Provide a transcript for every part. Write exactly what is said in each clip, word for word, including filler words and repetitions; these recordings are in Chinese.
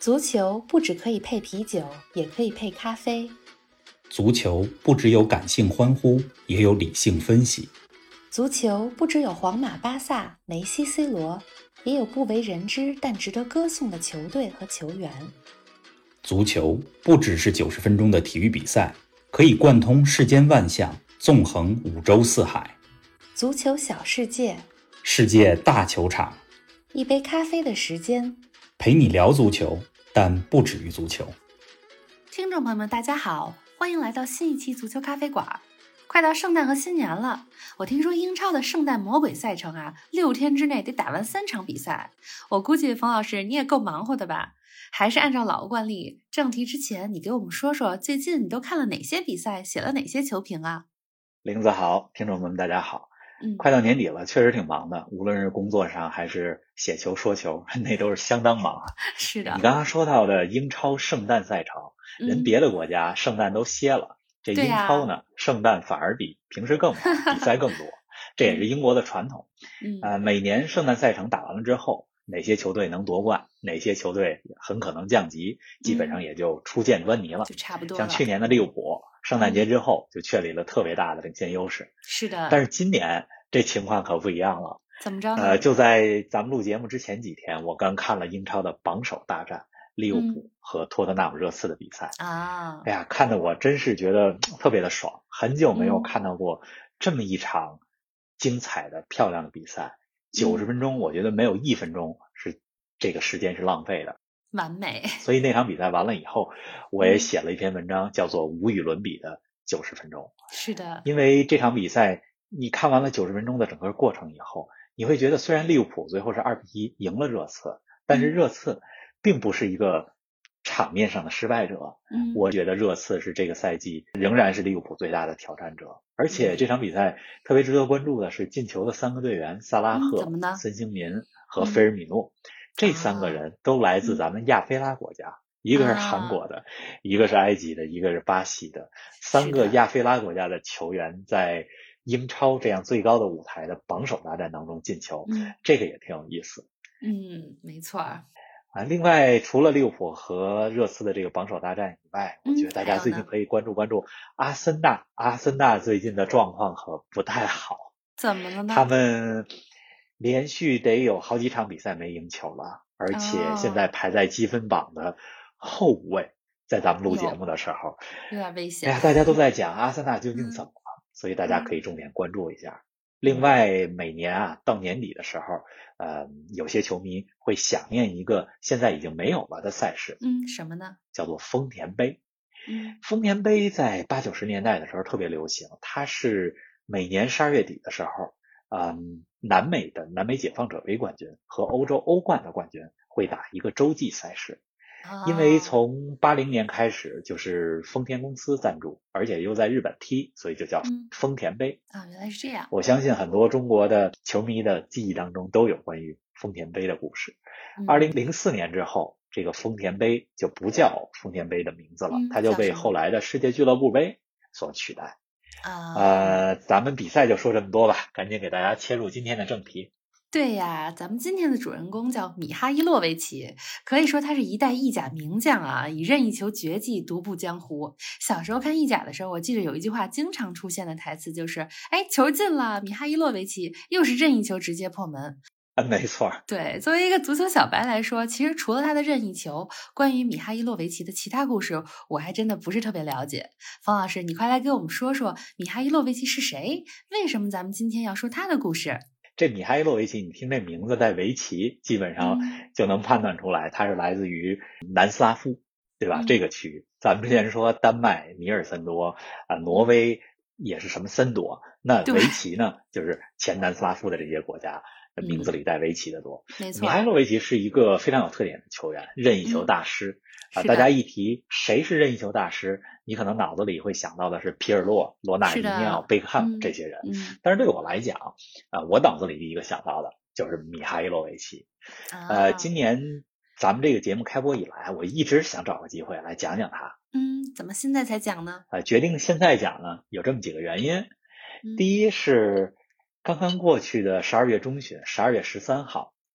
足球不只可以配啤酒，也可以配咖啡。 足球不只有感性欢呼，也有理性分析。 足球不只有皇马、巴萨、梅西、C 罗，也有不为人知但值得歌颂的球队和球员。 足球不只是九十分钟的体育比赛，可以贯通世间万象，纵横五洲四海。 足球小世界， 世界大球场， 一杯咖啡的时间， 陪你聊足球，但不止于足球。 听众朋友们，大家好，欢迎来到新一期足球咖啡馆。快到圣诞和新年了，我听说英超的圣诞魔鬼赛程啊，六天之内得打完三场比赛。我估计冯老师你也够忙活的吧？还是按照老惯例，正题之前你给我们说说最近你都看了哪些比赛，写了哪些球评啊？ 玲子好，听众们大家好。 嗯， 快到年底了，确实挺忙的，无论是工作上还是写球说球，那都是相当忙啊。 是的。 你刚刚说到的英超圣诞赛程，人别的国家圣诞都歇了，这英超呢，圣诞反而比平时更忙，比赛更多，这也是英国的传统。 嗯， 呃，每年圣诞赛程打完了之后，哪些球队能夺冠，哪些球队很可能降级，基本上也就初见端倪了。 就差不多了。 像去年的利物浦，圣诞节之后就确立了特别大的领先优势。 是的。 但是今年这情况可不一样了。 怎么着呢？ 呃，就在咱们录节目之前几天，我刚看了英超的榜首大战，利物浦和托特纳姆热刺的比赛。 啊， 哎呀，看得我真是觉得特别的爽，很久没有看到过这么一场精彩的、漂亮的比赛。九十分钟，我觉得没有一分钟是这个时间是浪费的， 完美。 所以那场比赛完了以后，我也写了一篇文章，叫做《无与伦比的九十分钟》。 是的， 因为这场比赛，你看完了九十分钟的整个过程以后，你会觉得虽然利物浦最后是二比一赢了热刺，但是热刺并不是一个场面上的失败者。 嗯， 我觉得热刺是这个赛季仍然是利物浦最大的挑战者。而且这场比赛特别值得关注的是进球的三个队员，萨拉赫、 嗯、 孙兴民和菲尔米诺，嗯、这三个人都来自咱们亚非拉国家。一个是韩国的、啊、一个是埃及的，一个是巴西的，三个亚非拉国家的球员在英超这样最高的舞台的榜首大战当中进球， 嗯， 这个也挺有意思。 嗯，没错啊。 另外除了利物浦和热刺的这个榜首大战以外， 嗯、 我觉得大家最近可以关注关注阿森纳。阿森纳最近的状况可不太好。 怎么了呢？ 他们连续得有好几场比赛没赢球了，而且现在排在积分榜的后五位，在咱们录节目的时候有点危险。 哎呀，大家都在讲阿森纳究竟怎么了、嗯、所以大家可以重点关注一下、嗯、另外每年啊到年底的时候呃，有些球迷会想念一个现在已经没有了的赛事。 嗯，什么呢？ 叫做丰田杯。 嗯， 丰田杯在八九十年代的时候特别流行，它是每年十二月底的时候嗯，南美的南美解放者杯冠军和欧洲欧冠的冠军会打一个洲际赛事。因为从八零年开始就是丰田公司赞助，而且又在日本踢，所以就叫丰田杯、 嗯、啊，原来是这样。 我相信很多中国的球迷的记忆当中都有关于丰田杯的故事。二零零四年之后，这个丰田杯就不叫丰田杯的名字了、嗯、它就被后来的世界俱乐部杯所取代。 啊， 呃，咱们比赛就说这么多吧，赶紧给大家切入今天的正题。 对呀，咱们今天的主人公叫米哈伊洛维奇，可以说他是一代意甲名将啊，以任意球绝技独步江湖。小时候看意甲的时候，我记得有一句话经常出现的台词就是，哎，球进了，米哈伊洛维奇又是任意球直接破门。 啊，没错。 对，作为一个足球小白来说，其实除了他的任意球，关于米哈伊洛维奇的其他故事，我还真的不是特别了解。方老师，你快来给我们说说米哈伊洛维奇是谁？为什么咱们今天要说他的故事？ 这米哈伊洛维奇，你听这名字带围棋，基本上就能判断出来，他是来自于南斯拉夫，对吧？ 嗯、 这个区域，咱们之前说丹麦、尼尔森多啊、呃，挪威也是什么森多，那围棋呢，就是前南斯拉夫的这些国家的名字里带围棋的多。 嗯、没错。 米哈伊洛维奇是一个非常有特点的球员，任意球大师。嗯啊，大家一提谁是任意球大师，你可能脑子里会想到的是皮尔洛、罗纳尼奥、贝克汉姆这些人。 嗯嗯、 但是对我来讲，啊，我脑子里第一个想到的就是米哈伊洛维奇。 啊、 呃，今年咱们这个节目开播以来，我一直想找个机会来讲讲他。 嗯，怎么现在才讲呢？ 呃，决定现在讲呢，有这么几个原因。 嗯、 第一是刚刚过去的十二月中旬，十二月十三号，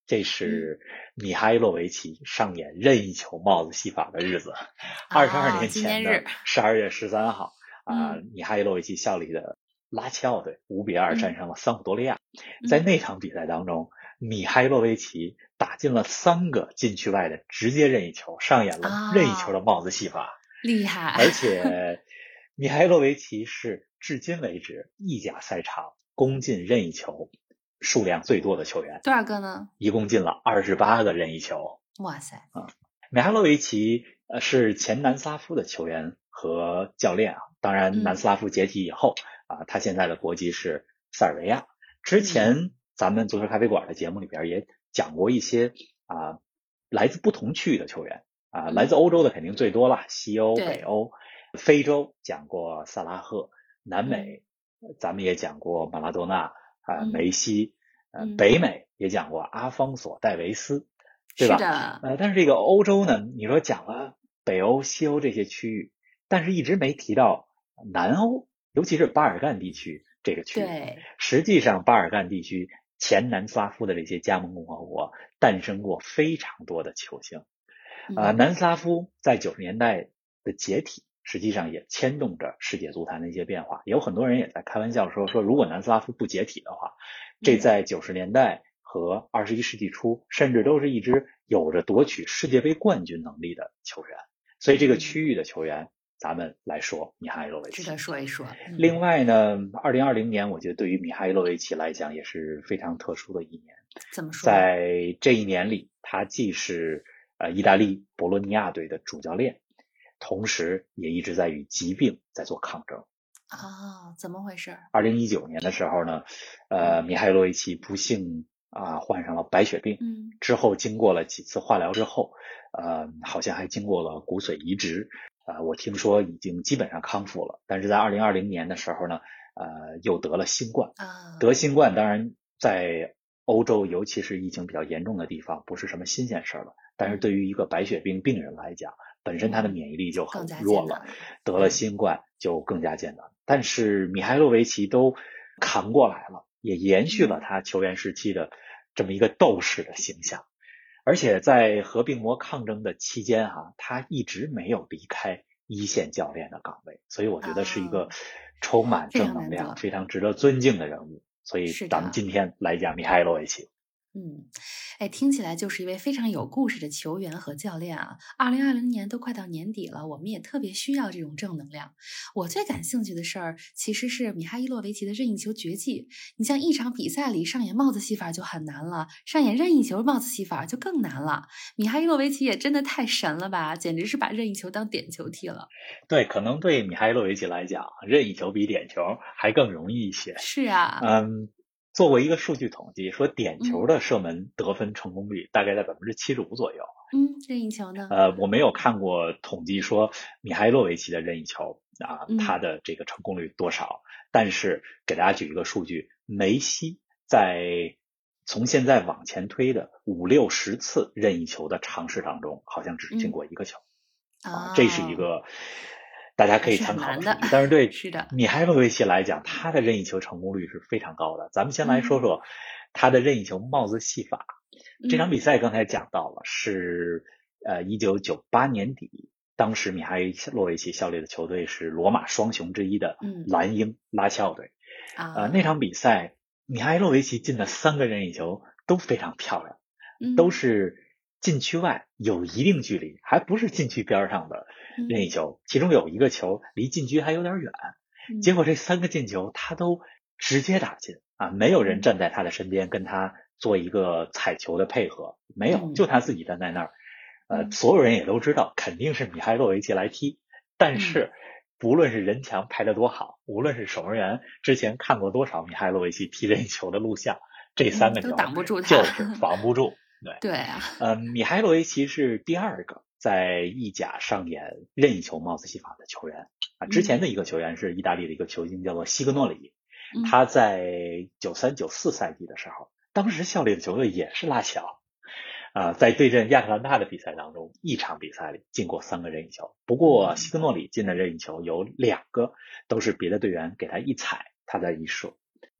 这是米哈伊洛维奇上演任意球帽子戏法的日子。二十二年前的十二月十三号，啊、呃，米哈伊洛维奇效力的拉齐奥队五比二战胜了桑普多利亚。 嗯、 在那场比赛当中，米哈伊洛维奇打进了三个禁区外的直接任意球，上演了任意球的帽子戏法， 哦、厉害！ 而且米哈伊洛维奇是至今为止意甲赛场攻进任意球数量最多的球员。 多少个呢？ 一共进了二十八个任意球。 哇塞！ 啊、嗯，米哈伊洛维奇呃是前南斯拉夫的球员和教练啊。当然，南斯拉夫解体以后啊、嗯呃，他现在的国籍是塞尔维亚。之前咱们足球咖啡馆的节目里边也讲过一些啊、呃、来自不同区域的球员啊、呃，来自欧洲的肯定最多了，西欧、北欧、非洲讲过萨拉赫，南美、嗯、咱们也讲过马拉多纳啊、呃、梅西。呃，北美也讲过阿方索·戴维斯，对吧？ 是的。 呃，但是这个欧洲呢，你说讲了北欧、西欧这些区域，但是一直没提到南欧，尤其是巴尔干地区这个区域。 对， 实际上巴尔干地区前南斯拉夫的这些加盟共和国诞生过非常多的球星。呃，南斯拉夫在九十年代的解体，实际上也牵动着世界足坛的一些变化。也有很多人也在开玩笑说，说如果南斯拉夫不解体的话，这在九十年代和二十一世纪初，甚至都是一支有着夺取世界杯冠军能力的球员。所以这个区域的球员，咱们来说米哈伊洛维奇， 值得说一说。 嗯、另外呢，二零二零年我觉得对于米哈伊洛维奇来讲也是非常特殊的一年。 怎么说？ 在这一年里，他既是呃意大利博洛尼亚队的主教练，同时也一直在与疾病在做抗争。 哦，怎么回事？ 二零一九年的时候呢，呃，米哈伊洛维奇不幸啊、呃、患上了白血病， 嗯， 之后经过了几次化疗之后，呃，好像还经过了骨髓移植，呃，我听说已经基本上康复了。但是在二零二零年的时候呢，呃，又得了新冠。 啊， 得新冠当然在欧洲，尤其是疫情比较严重的地方，不是什么新鲜事了。但是对于一个白血病病人来讲，本身他的免疫力就很弱了，得了新冠就更加艰难。但是米哈伊洛维奇都扛过来了，也延续了他球员时期的这么一个斗士的形象。而且在和病魔抗争的期间啊，他一直没有离开一线教练的岗位，所以我觉得是一个充满正能量、非常值得尊敬的人物。所以咱们今天来讲米哈伊洛维奇。 嗯，哎，听起来就是一位非常有故事的球员和教练啊。二零二零年都快到年底了，我们也特别需要这种正能量。我最感兴趣的事儿其实是米哈伊洛维奇的任意球绝技。你像一场比赛里上演帽子戏法就很难了，上演任意球帽子戏法就更难了。米哈伊洛维奇也真的太神了吧，简直是把任意球当点球踢了。 对，可能对米哈伊洛维奇来讲，任意球比点球还更容易一些。 是啊， 嗯。做过一个数据统计，说点球的射门得分成功率大概在百分之七十五左右。 嗯，任意球呢？ 呃，我没有看过统计说米哈伊洛维奇的任意球啊、呃，他的这个成功率多少。嗯、但是给大家举一个数据，梅西在从现在往前推的五六十次任意球的尝试当中，好像只进过一个球。 嗯、 啊，这是一个。大家可以参考的数据，但是对米哈伊洛维奇来讲，他的任意球成功率是非常高的。咱们先来说说他的任意球帽子戏法。嗯、这场比赛刚才讲到了，是呃一九九八年底，当时米哈伊洛维奇效力的球队是罗马双雄之一的蓝鹰拉齐奥队。 嗯、 呃，那场比赛米哈伊洛维奇进的三个任意球都非常漂亮， 嗯、 都是禁区外有一定距离，还不是禁区边上的任意球，嗯、其中有一个球离禁区还有点远，嗯、结果这三个进球他都直接打进啊，没有人站在他的身边跟他做一个踩球的配合，没有，就他自己站在那儿，嗯、呃，所有人也都知道肯定是米哈伊洛维奇来踢，但是不论是人墙拍得多好，无论是守门员之前看过多少米哈伊洛维奇踢任意球的录像，这三个球都挡不住他， 就是防不住。对对啊， 呃，米哈伊洛维奇是第二个在意甲上演任意球帽子戏法的球员啊。之前的一个球员是意大利的一个球星，叫做西格诺里， 嗯、 他在九三九四赛季的时候，当时效力的球队也是拉齐奥啊，在对阵亚特兰大的比赛当中，一场比赛里进过三个任意球。不过西格诺里进的任意球有两个都是别的队员给他一踩，他再一射。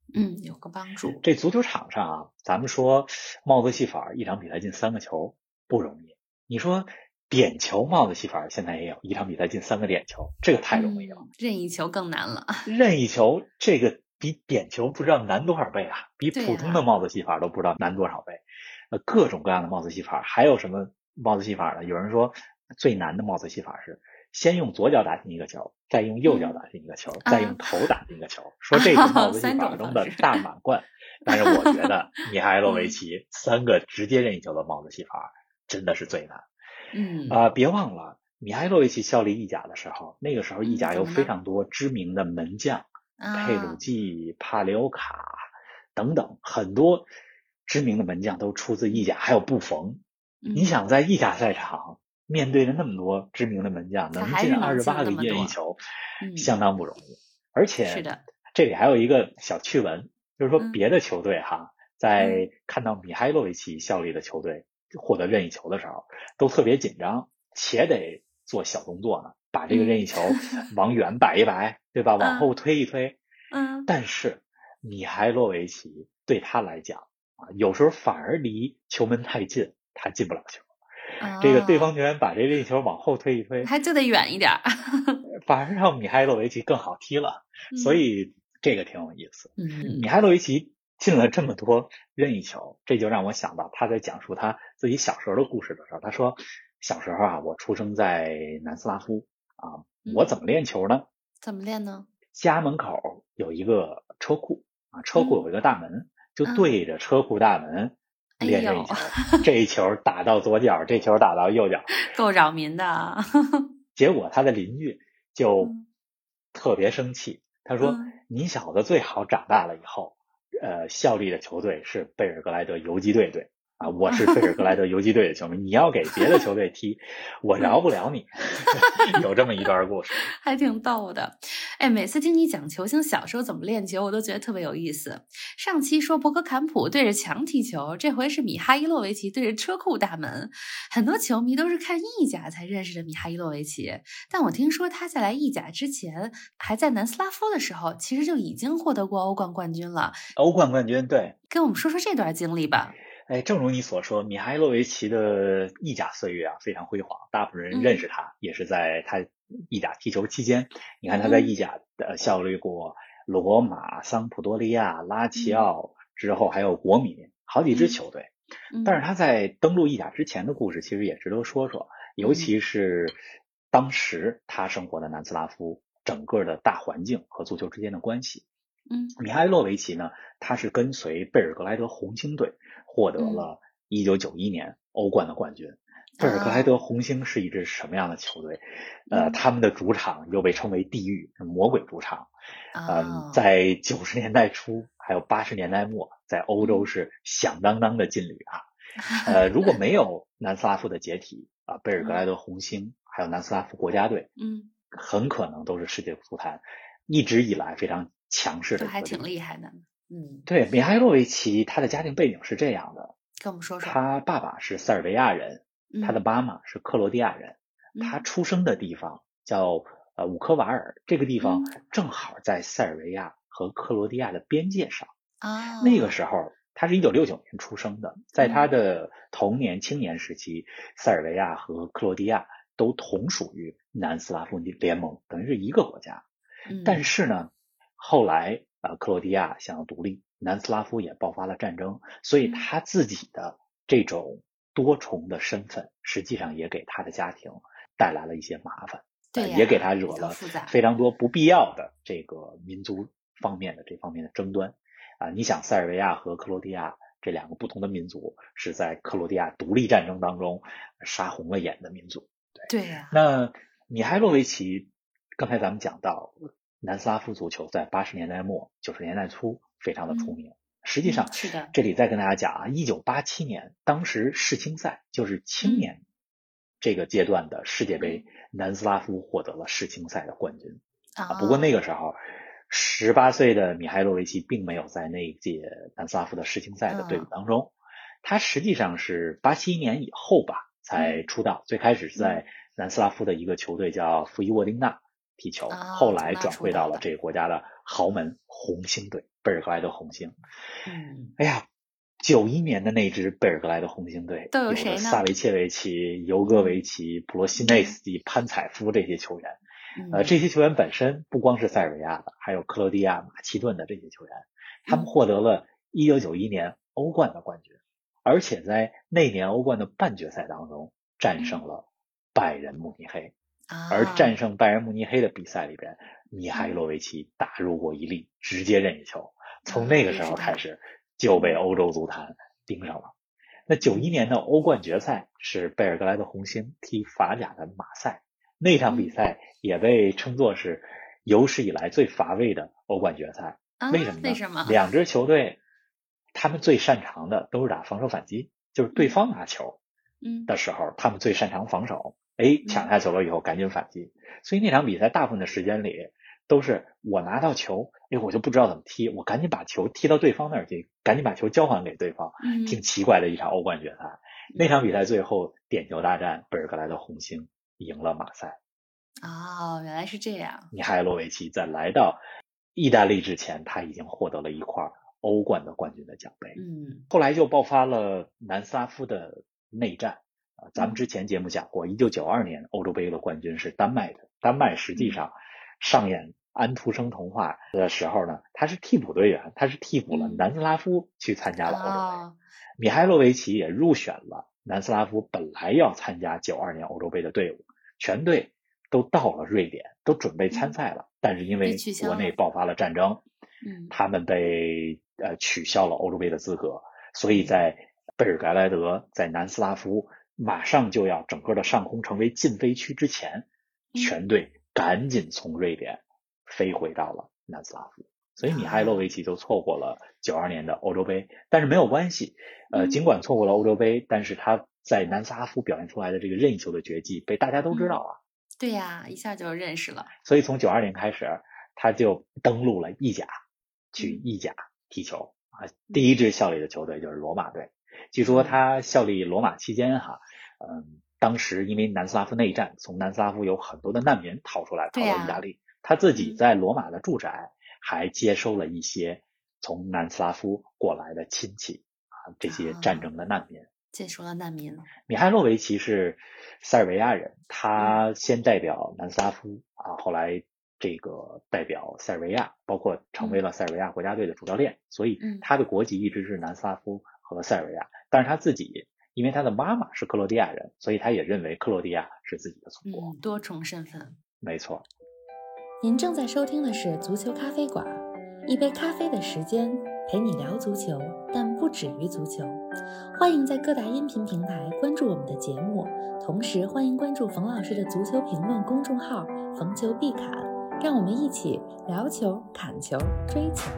嗯，有个帮助。 这足球场上啊，咱们说帽子戏法一场比赛进三个球不容易，你说点球帽子戏法现在也有一场比赛进三个点球，这个太容易了。 嗯、任意球更难了。 任意球这个比点球不知道难多少倍啊，比普通的帽子戏法都不知道难多少倍。呃，各种各样的帽子戏法，还有什么帽子戏法呢？有人说最难的帽子戏法是先用左脚打进一个球，再用右脚打进一个球，嗯、再用头打进一个球，啊、说这是帽子戏法中的大满贯。但是我觉得米哈伊洛维奇三个直接任意球的帽子戏法真的是最难。 嗯啊、呃，别忘了米哈伊洛维奇效力意甲的时候，那个时候意甲有非常多知名的门将， 嗯、 佩鲁季、帕里欧卡等等，很多知名的门将都出自意甲，还有布冯。 嗯、 你想在意甲赛场面对着那么多知名的门将，能进二十八个任意球，相当不容易。而且是的， 这里还有一个小趣闻，就是说别的球队哈，在看到米哈伊洛维奇效力的球队获得任意球的时候，都特别紧张，且得做小动作呢，把这个任意球往远摆一摆，对吧？往后推一推。 嗯， 但是米哈伊洛维奇对他来讲啊，有时候反而离球门太近，他进不了球。 哦、 这个对方球员把这任意球往后推一推， 还就得远一点， 反而让米哈伊洛维奇更好踢了。 嗯、 所以这个挺有意思。 嗯， 米哈伊洛维奇进了这么多任意球，这就让我想到他在讲述他自己小时候的故事的时候，他说小时候啊，我出生在南斯拉夫啊，我怎么练球呢？ 嗯、怎么练呢？ 家门口有一个车库啊，车库有一个大门，嗯、就对着车库大门练任意球，哎、这一球打到左脚，这球打到右脚， 够扰民的。 结果他的邻居就特别生气，他说：“ 嗯、 你小子最好长大了以后，呃，效力的球队是贝尔格莱德游击队队啊，我是贝尔格莱德游击队的球迷，你要给别的球队踢，我饶不了你。”有这么一段故事， 还挺逗的。哎，每次听你讲球星小时候怎么练球，我都觉得特别有意思。上期说博格坎普对着墙踢球，这回是米哈伊洛维奇对着车库大门。很多球迷都是看意甲才认识的米哈伊洛维奇，但我听说他在来意甲之前，还在南斯拉夫的时候，其实就已经获得过欧冠冠军了。 欧冠冠军，对， 跟我们说说这段经历吧。 哎，正如你所说，米哈伊洛维奇的意甲岁月啊非常辉煌，大部分人认识他，嗯、也是在他意甲踢球期间。你看他在意甲的效力过罗马、桑普多利亚、拉齐奥，之后还有国米，好几支球队。 嗯、 但是他在登陆意甲之前的故事，其实也值得说说，尤其是当时他生活的南斯拉夫整个的大环境和足球之间的关系。 嗯， 米哈伊洛维奇呢，他是跟随贝尔格莱德红星队获得了一九九一年欧冠的冠军。嗯、贝尔格莱德红星是一支什么样的球队？ 嗯、 呃，他们的主场又被称为地狱魔鬼主场。嗯、 哦， 在九十年代初还有八十年代末，在欧洲是响当当的劲旅啊。嗯、呃，如果没有南斯拉夫的解体啊，贝尔格莱德红星还有南斯拉夫国家队， 嗯， 很可能都是世界足坛一直以来非常强势的， 还挺厉害的。嗯， 对，米哈伊洛维奇他的家庭背景是这样的， 跟我们说说。 他爸爸是塞尔维亚人， 嗯、 他的妈妈是克罗地亚人。嗯、他出生的地方叫呃乌科瓦尔，这个地方正好在塞尔维亚和克罗地亚的边界上。 啊、哦， 那个时候他是一九六九年出生的，在他的童年、青年时期，塞尔维亚和克罗地亚都同属于南斯拉夫联盟，等于是一个国家。 嗯、 但是呢，后来呃克罗地亚想要独立，南斯拉夫也爆发了战争，所以他自己的这种多重的身份，实际上也给他的家庭带来了一些麻烦， 对、 呃，也给他惹了非常多不必要的这个民族方面的这方面的争端啊、呃。你想，塞尔维亚和克罗地亚这两个不同的民族是在克罗地亚独立战争当中杀红了眼的民族， 对对呀、 啊。那米哈伊洛维奇，刚才咱们讲到，南斯拉夫足球在八十年代末九十年代初非常的出名。嗯、实际上、 嗯、是的， 这里再跟大家讲啊，一九八七年当时世青赛就是青年这个阶段的世界杯，嗯、南斯拉夫获得了世青赛的冠军、 哦、 啊。不过那个时候十八岁的米哈伊洛维奇并没有在那一届南斯拉夫的世青赛的队伍当中，哦、他实际上是八七年以后吧才出道，嗯、最开始是在南斯拉夫的一个球队叫弗伊沃丁纳踢球， 哦、 后来转会到了这个国家的豪门红星队。 贝尔格莱德红星。 嗯， 哎呀，九一年的那支贝尔格莱德红星队有着都有谁呢？ 萨维切维奇、尤戈维奇、普罗西内斯基、潘采夫这些球员。呃，这些球员本身不光是塞尔维亚的，还有克罗地亚、马其顿的这些球员，他们获得了一九九一年欧冠的冠军，而且在那年欧冠的半决赛当中战胜了拜仁慕尼黑。而战胜拜仁慕尼黑的比赛里边，米哈伊洛维奇打入过一粒直接任意球，从那个时候开始就被欧洲足坛盯上了。那九一年的欧冠决赛是贝尔格莱德红星踢法甲的马赛，那场比赛也被称作是有史以来最乏味的欧冠决赛。为什么呢？ 为什么？ 两支球队他们最擅长的都是打防守反击，就是对方拿球的时候，他们最擅长防守。哎，抢下球了以后赶紧反击，所以那场比赛大部分的时间里都是我拿到球，哎，我就不知道怎么踢，我赶紧把球踢到对方那儿去，赶紧把球交还给对方。嗯，挺奇怪的一场欧冠决赛。那场比赛最后点球大战，贝尔格莱德红星赢了马赛。 哦，原来是这样。 米哈伊洛维奇在来到意大利之前，他已经获得了一块欧冠的冠军的奖杯。 嗯， 后来就爆发了南斯拉夫的内战。啊，咱们之前节目讲过，一九九二年欧洲杯的冠军是丹麦的。丹麦实际上上演安徒生童话的时候呢，他是替补队员，他是替补了南斯拉夫去参加了欧洲杯。 哦、 米哈伊洛维奇也入选了南斯拉夫本来要参加九二年欧洲杯的队伍，全队都到了瑞典，都准备参赛了，嗯、但是因为国内爆发了战争， 嗯， 他们被呃取消了欧洲杯的资格，所以在贝尔格莱德在南斯拉夫马上就要整个的上空成为禁飞区之前，全队赶紧从瑞典飞回到了南斯拉夫，所以米哈伊洛维奇就错过了九二年的欧洲杯。但是没有关系，呃，尽管错过了欧洲杯，但是他在南斯拉夫表现出来的这个任意球的绝技被大家都知道啊。 对呀，一下就认识了。 所以从九二年开始，他就登陆了意甲，去意甲踢球啊。第一支效力的球队就是罗马队。据说他效力罗马期间哈，嗯，当时因为南斯拉夫内战，从南斯拉夫有很多的难民逃出来，逃到意大利。他自己在罗马的住宅还接收了一些从南斯拉夫过来的亲戚啊，这些战争的难民。 接收了难民。 米哈伊洛维奇是塞尔维亚人，他先代表南斯拉夫啊，后来这个代表塞尔维亚，包括成为了塞尔维亚国家队的主教练，所以他的国籍一直是南斯拉夫和塞尔维亚。但是他自己因为他的妈妈是克罗地亚人，所以他也认为克罗地亚是自己的祖国。 嗯，多重身份。 没错。 您正在收听的是足球咖啡馆，一杯咖啡的时间陪你聊足球，但不止于足球。欢迎在各大音频平台关注我们的节目，同时欢迎关注冯老师的足球评论公众号冯球必侃，让我们一起聊球、侃球、追球。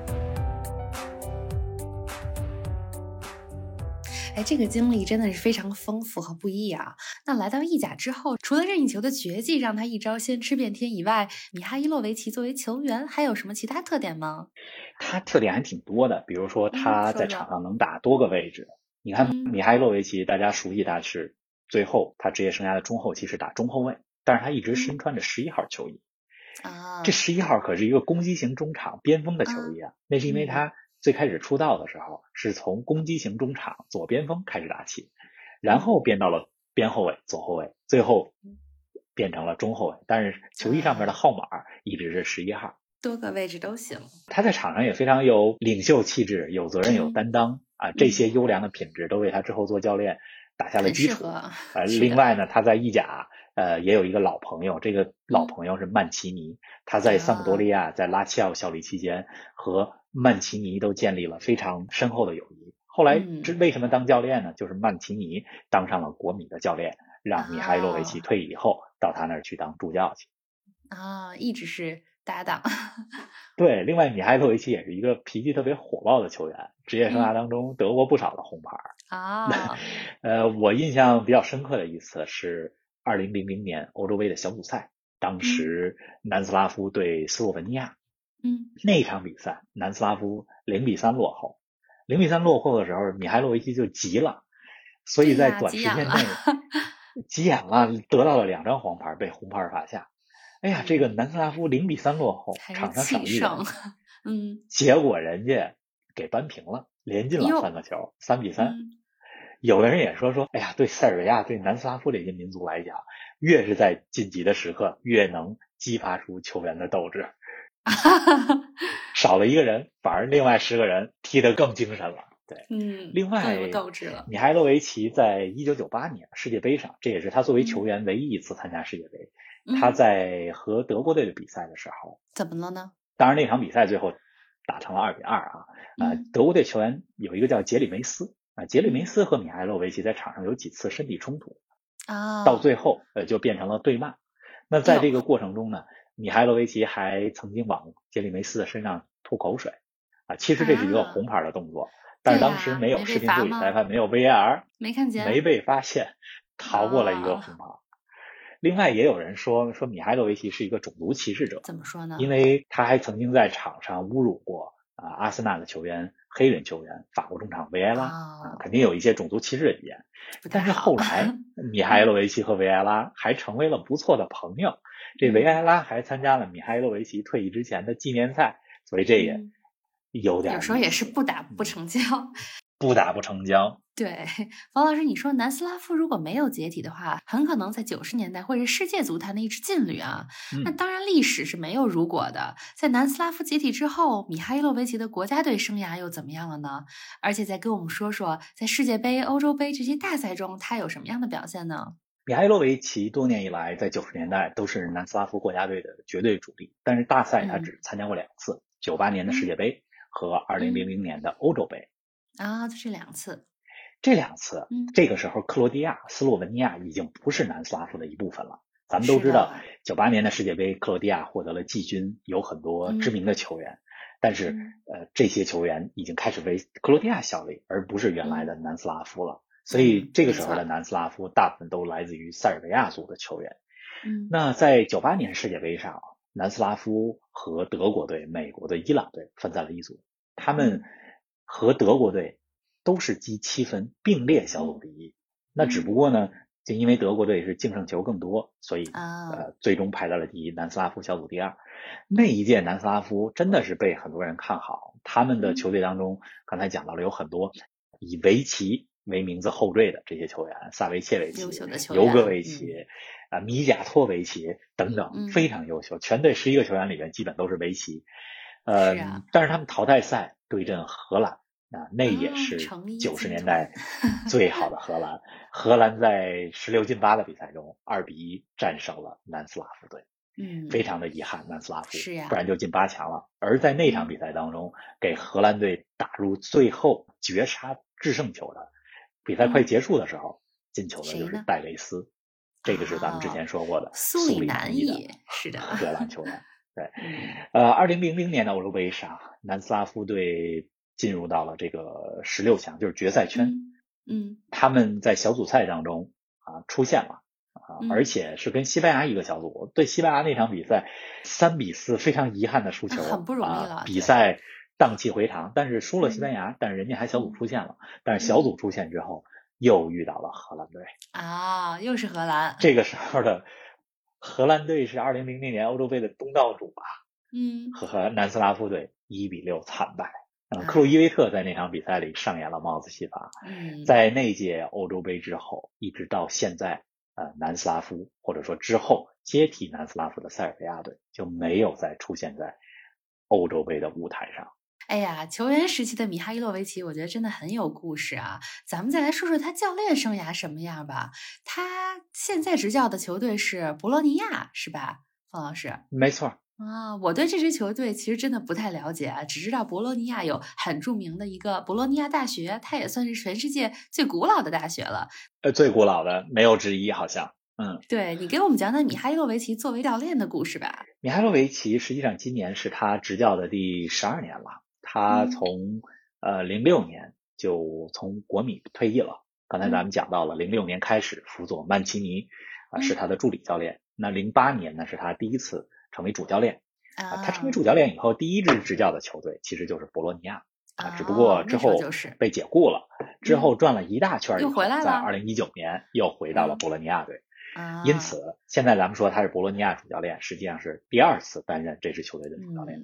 哎，这个经历真的是非常丰富和不易啊。那来到意甲之后，除了任意球的绝技让他一招先吃遍天以外，米哈伊洛维奇作为球员还有什么其他特点吗？ 他特点还挺多的，比如说他在场上能打多个位置。嗯、你看米哈伊洛维奇，大家熟悉他是最后他职业生涯的中后期是打中后卫，但是他一直身穿着十一号球衣。 啊、嗯， 这十一号可是一个攻击型中场边锋的球衣啊，嗯、那是因为他最开始出道的时候是从攻击型中场左边锋开始打起，然后变到了边后卫、左后卫，最后变成了中后卫，但是球衣上面的号码一直是十一号， 多个位置都行。 他在场上也非常有领袖气质，有责任、有担当、嗯、啊，这些优良的品质都为他之后做教练打下了基础。呃，另外呢，他在意甲呃也有一个老朋友，这个老朋友是曼奇尼，嗯、他在桑普多利亚、在拉齐奥效力期间和曼奇尼都建立了非常深厚的友谊。后来这为什么当教练呢？就是曼奇尼当上了国米的教练，让米哈伊洛维奇退役以后到他那儿去当助教去。 啊，一直是搭档。 对，另外米哈伊洛维奇也是一个脾气特别火爆的球员，职业生涯当中得过不少的红牌。 啊、 呃，我印象比较深刻的一次是二零零零年欧洲杯的小组赛，当时南斯拉夫对斯洛文尼亚。 嗯， 那场比赛南斯拉夫零比三落后，零比三落后的时候，米哈伊洛维奇就急了，所以在短时间内急眼了，得到了两张黄牌，被红牌罚下。哎呀，这个南斯拉夫零比三落后，场上少一人， 嗯， 结果人家给扳平了，连进了三个球，三比三。 嗯有的人也说说，哎呀，对塞尔维亚、对南斯拉夫这些民族来讲，越是在晋级的时刻，越能激发出球员的斗志。少了一个人，反而另外十个人踢得更精神了。对， 嗯， 另外更有斗志了。 米哈伊洛维奇在一九九八年世界杯上，这也是他作为球员唯一一次参加世界杯。 嗯、 他在和德国队的比赛的时候， 怎么了呢？ 当然那场比赛最后打成了二比二啊。呃， 嗯、 德国队球员有一个叫杰里梅斯啊，杰里梅斯和米哈伊洛维奇在场上有几次身体冲突啊， 到最后呃就变成了对骂。那在这个过程中呢，米哈伊洛维奇还曾经往杰里梅斯的身上吐口水啊，其实这是一个红牌的动作，啊、但是当时没有视频助理裁判，没有 V A R， 没看见， 没被发现，逃过了一个红牌。啊、另外也有人说说米哈伊洛维奇是一个种族歧视者， 怎么说呢？ 因为他还曾经在场上侮辱过啊阿森纳的球员、黑人球员、法国中场维埃拉、哦、啊，肯定有一些种族歧视的语言。但是后来米哈伊洛维奇和维埃拉还成为了不错的朋友，这维埃拉还参加了米哈伊洛维奇退役之前的纪念赛，所以这也有点、嗯、 有时候也是不打不成交。 不打不成交。 对，王老师，你说南斯拉夫如果没有解体的话，很可能在九十年代会是世界足坛的一支劲旅啊。嗯、那当然，历史是没有如果的。在南斯拉夫解体之后，米哈伊洛维奇的国家队生涯又怎么样了呢？而且再跟我们说说，在世界杯、欧洲杯这些大赛中，他有什么样的表现呢？ 米哈伊洛维奇多年以来在九十年代都是南斯拉夫国家队的绝对主力，但是大赛他只参加过两次，九八、嗯、年的世界杯和二零零零年的欧洲杯。 啊，就这两次。 这两次， 嗯， 这个时候克罗地亚、斯洛文尼亚已经不是南斯拉夫的一部分了。咱们都知道，九八年的世界杯，克罗地亚获得了季军，有很多知名的球员，嗯、但是、嗯、呃，这些球员已经开始为克罗地亚效力，而不是原来的南斯拉夫了。嗯、所以这个时候的南斯拉夫大部分都来自于塞尔维亚族的球员。 嗯， 那在九八年世界杯上，南斯拉夫和德国队、美国队、伊朗队分在了一组，他们和德国队都是积七分，并列小组第一。嗯、那只不过呢，就因为德国队是净胜球更多，所以、啊、呃最终排到了第一，南斯拉夫小组第二。那一届南斯拉夫真的是被很多人看好，他们的球队当中，嗯、刚才讲到了有很多以维奇为名字后缀的这些球员，萨维切维奇、尤戈维奇、嗯、啊米贾托维奇等等，嗯、非常优秀。全队十一个球员里面基本都是维奇。呃，是啊、但是他们淘汰赛对阵荷兰。啊，那也是九十年代最好的荷兰。哦、荷兰在十六进八的比赛中，二比一战胜了南斯拉夫队。 嗯， 非常的遗憾，南斯拉夫是呀， 不然就进八强了。而在那场比赛当中，嗯、给荷兰队打入最后绝杀制胜球的，比赛快结束的时候，嗯、进球的就是戴维斯。这个是咱们之前说过的， 哦、苏里南裔是的， 荷兰球员。对，呃，二零零零年的欧洲杯上，南斯拉夫队进入到了这个十六强，就是决赛圈。 嗯，嗯他们在小组赛当中啊出现了啊， 嗯、 而且是跟西班牙一个小组。对西班牙那场比赛三比四，非常遗憾的输球， 很不容易了。 啊、比赛荡气回肠，但是输了西班牙，嗯、但是人家还小组出线了。嗯、但是小组出线之后，又遇到了荷兰队啊，又是荷兰。 这个时候的荷兰队是二零零零年欧洲杯的东道主啊， 嗯， 和南斯拉夫队一比六惨败。嗯，克鲁伊维特在那场比赛里上演了帽子戏法。 嗯， 在那届欧洲杯之后，一直到现在，呃，南斯拉夫或者说之后接替南斯拉夫的塞尔维亚队就没有再出现在欧洲杯的舞台上。 哎呀，球员时期的米哈伊洛维奇，我觉得真的很有故事啊。咱们再来说说他教练生涯什么样吧。他现在执教的球队是博洛尼亚，是吧，方老师？ 没错。 啊，我对这支球队其实真的不太了解啊，只知道博洛尼亚有很著名的一个博洛尼亚大学，它也算是全世界最古老的大学了。 呃，最古老的没有之一，好像。嗯， 对，你给我们讲讲米哈伊洛维奇作为教练的故事吧。 米哈伊洛维奇实际上今年是他执教的第十二年了，他从、嗯、呃零六年就从国米退役了。刚才咱们讲到了，零六、嗯、年开始辅佐曼奇尼啊、呃、是他的助理教练。嗯、那零八年呢是他第一次成为主教练啊，他成为主教练以后，第一支执教的球队其实就是博洛尼亚啊，只不过之后被解雇了，之后转了一大圈以后，在二零一九年又回到了博洛尼亚队。因此，现在咱们说他是博洛尼亚主教练，实际上是第二次担任这支球队的主教练。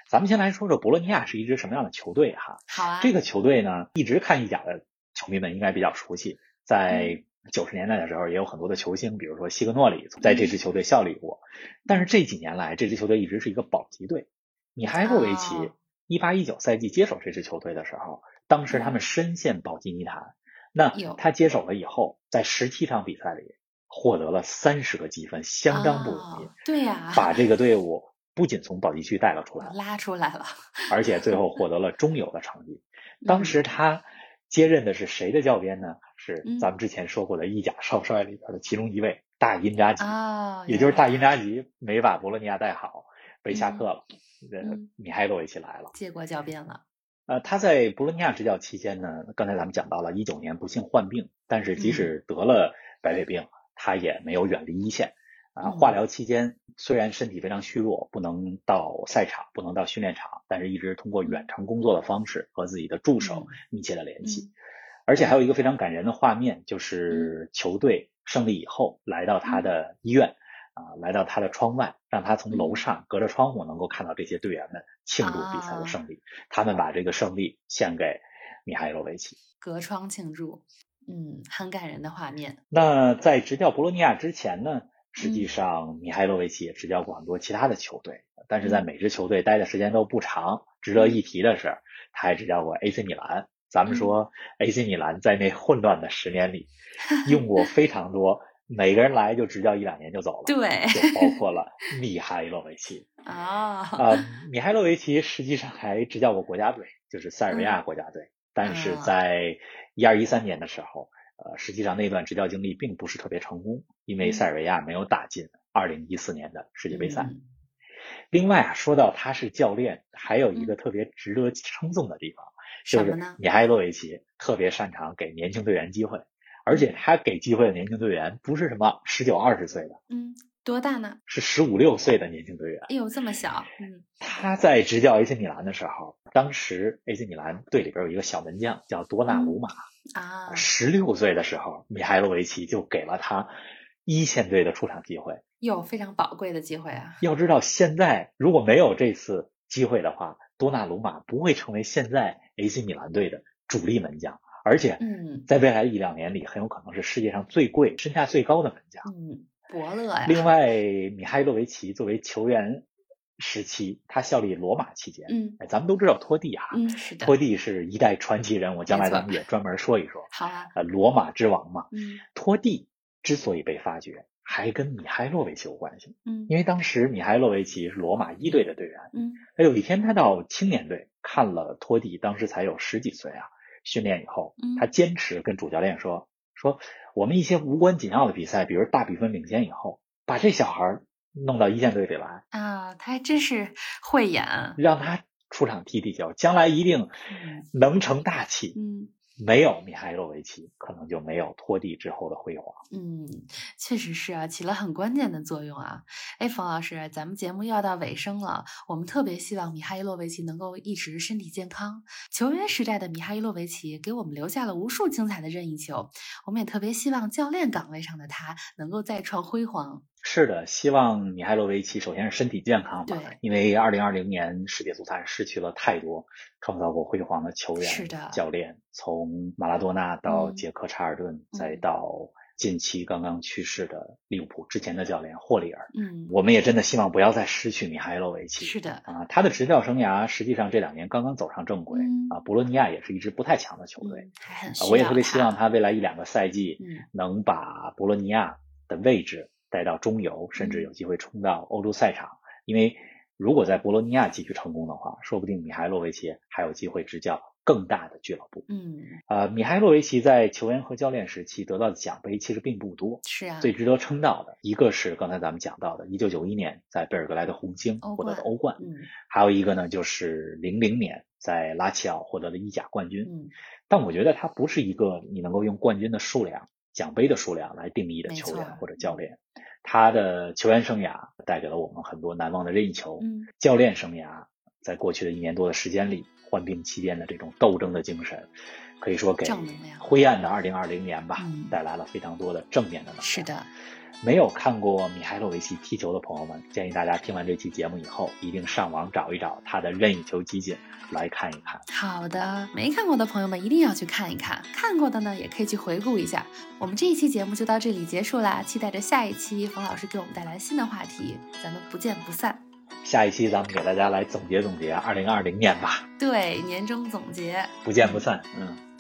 咱们先来说说博洛尼亚是一支什么样的球队哈。 好啊。 这个球队呢，一直看意甲的球迷们应该比较熟悉，在九十年代的时候也有很多的球星，比如说西格诺里在这支球队效力过。但是这几年来，这支球队一直是一个保级队。米哈伊洛维奇一八一九赛季接手这支球队的时候，当时他们深陷保级泥潭。那他接手了以后，在十七场比赛里获得了三十个积分，相当不容易。 哦、对呀、啊， 把这个队伍不仅从保级区带了出来， 拉出来了， 而且最后获得了中游的成绩。当时他接任的是谁的教鞭呢？是咱们之前说过的意甲少帅里边的其中一位大因扎吉、 哦、 也就是大因扎吉没把博洛尼亚带好，被下课了。 嗯、 米哈伊洛维奇来了， 接过教鞭了。 呃，他在博洛尼亚执教期间呢，刚才咱们讲到了一九年不幸患病，但是即使得了白血病，嗯、他也没有远离一线。啊，化疗期间虽然身体非常虚弱，不能到赛场，不能到训练场，但是一直通过远程工作的方式和自己的助手密切的联系。 嗯、 而且还有一个非常感人的画面，就是球队胜利以后来到他的医院，啊，来到他的窗外，让他从楼上隔着窗户能够看到这些队员们庆祝比赛的胜利。啊、他们把这个胜利献给米哈伊洛维奇， 隔窗庆祝，嗯，很感人的画面。 那在执教博洛尼亚之前呢，实际上米哈伊洛维奇也执教过很多其他的球队，但是在每支球队待的时间都不长。值得一提的是，他还执教过 A C 米兰。咱们说 A C 米兰在那混乱的十年里，用过非常多每个人来就执教一两年就走了， 对， 就包括了米哈伊洛维奇。 啊、 哦呃，米哈伊洛维奇实际上还执教过国家队，就是塞尔维亚国家队，嗯、但是在一二一三年的时候。呃，实际上那段执教经历并不是特别成功，因为塞尔维亚没有打进二零一四年的世界杯赛。嗯、另外啊，说到他是教练，还有一个特别值得称颂的地方，嗯、就是米哈伊洛维奇特别擅长给年轻队员机会，而且他给机会的年轻队员不是什么十九二十岁的， 嗯，多大呢？ 是十五六岁的年轻队员。 哎呦，这么小。嗯， 他在执教 A C 米兰的时候，当时 A C 米兰队里边有一个小门将叫多纳鲁马。嗯啊， 十六岁的时候，米哈伊洛维奇就给了他一线队的出场机会， 有非常宝贵的机会啊！ 要知道，现在如果没有这次机会的话，多纳鲁马不会成为现在 A C 米兰队的主力门将，而且在未来一两年里，很有可能是世界上最贵、身价最高的门将。 嗯，伯乐呀。 另外，米哈伊洛维奇作为球员时期，他效力罗马期间， 嗯， 哎，咱们都知道托蒂哈， 嗯，是的， 托蒂是一代传奇人物，将来咱们也专门说一说。 好啊， 呃，罗马之王嘛， 嗯， 托蒂之所以被发掘，还跟米哈伊洛维奇有关系， 嗯， 因为当时米哈伊洛维奇是罗马一队的队员， 嗯， 有一天他到青年队看了托蒂，当时才有十几岁啊，训练以后， 嗯， 他坚持跟主教练说，说我们一些无关紧要的比赛，比如大比分领先以后，把这小孩弄到一线队里来啊，他还真是会演， 让他出场踢踢球，将来一定能成大器。 嗯， 没有米哈伊洛维奇，可能就没有托蒂之后的辉煌。 嗯，确实是啊，起了很关键的作用啊。哎，冯老师，咱们节目要到尾声了，我们特别希望米哈伊洛维奇能够一直身体健康。球员时代的米哈伊洛维奇给我们留下了无数精彩的任意球，我们也特别希望教练岗位上的他能够再创辉煌。 是的，希望米哈伊洛维奇首先是身体健康吧，因为二零二零年世界足坛失去了太多创造过辉煌的球员、 是的教练，从马拉多纳到杰克查尔顿， 嗯、 再到近期刚刚去世的利物浦之前的教练霍利尔。 嗯， 我们也真的希望不要再失去米哈伊洛维奇。 是的啊，他的执教生涯实际上这两年刚刚走上正轨、 嗯、 啊，博洛尼亚也是一支不太强的球队， 嗯、还很啊，我也特别希望他未来一两个赛季能把博洛尼亚的位置带到中游，甚至有机会冲到欧洲赛场、嗯、因为如果在博洛尼亚继续成功的话，说不定米哈伊洛维奇还有机会执教更大的俱乐部。 嗯， 呃，米哈伊洛维奇在球员和教练时期得到的奖杯其实并不多， 是啊， 最值得称道的一个是刚才咱们讲到的一九九一年在贝尔格莱德红星获得的欧冠， 嗯， 还有一个呢就是零零年在拉齐奥获得的意甲冠军。 嗯， 但我觉得它不是一个你能够用冠军的数量、奖杯的数量来定义的球员或者教练。他的球员生涯带给了我们很多难忘的任意球， 嗯， 教练生涯在过去的一年多的时间里，患病期间的这种斗争的精神，可以说给灰暗的二零二零年吧、嗯、带来了非常多的正面的能量。 是的， 没有看过米海洛维奇踢球的朋友们，建议大家听完这期节目以后，一定上网找一找他的任意球集锦来看一看。 好的，没看过的朋友们一定要去看一看，看过的呢也可以去回顾一下。我们这一期节目就到这里结束啦，期待着下一期冯老师给我们带来新的话题，咱们不见不散。 下一期咱们给大家来总结总结二零二零年吧。 对，年终总结， 不见不散。嗯。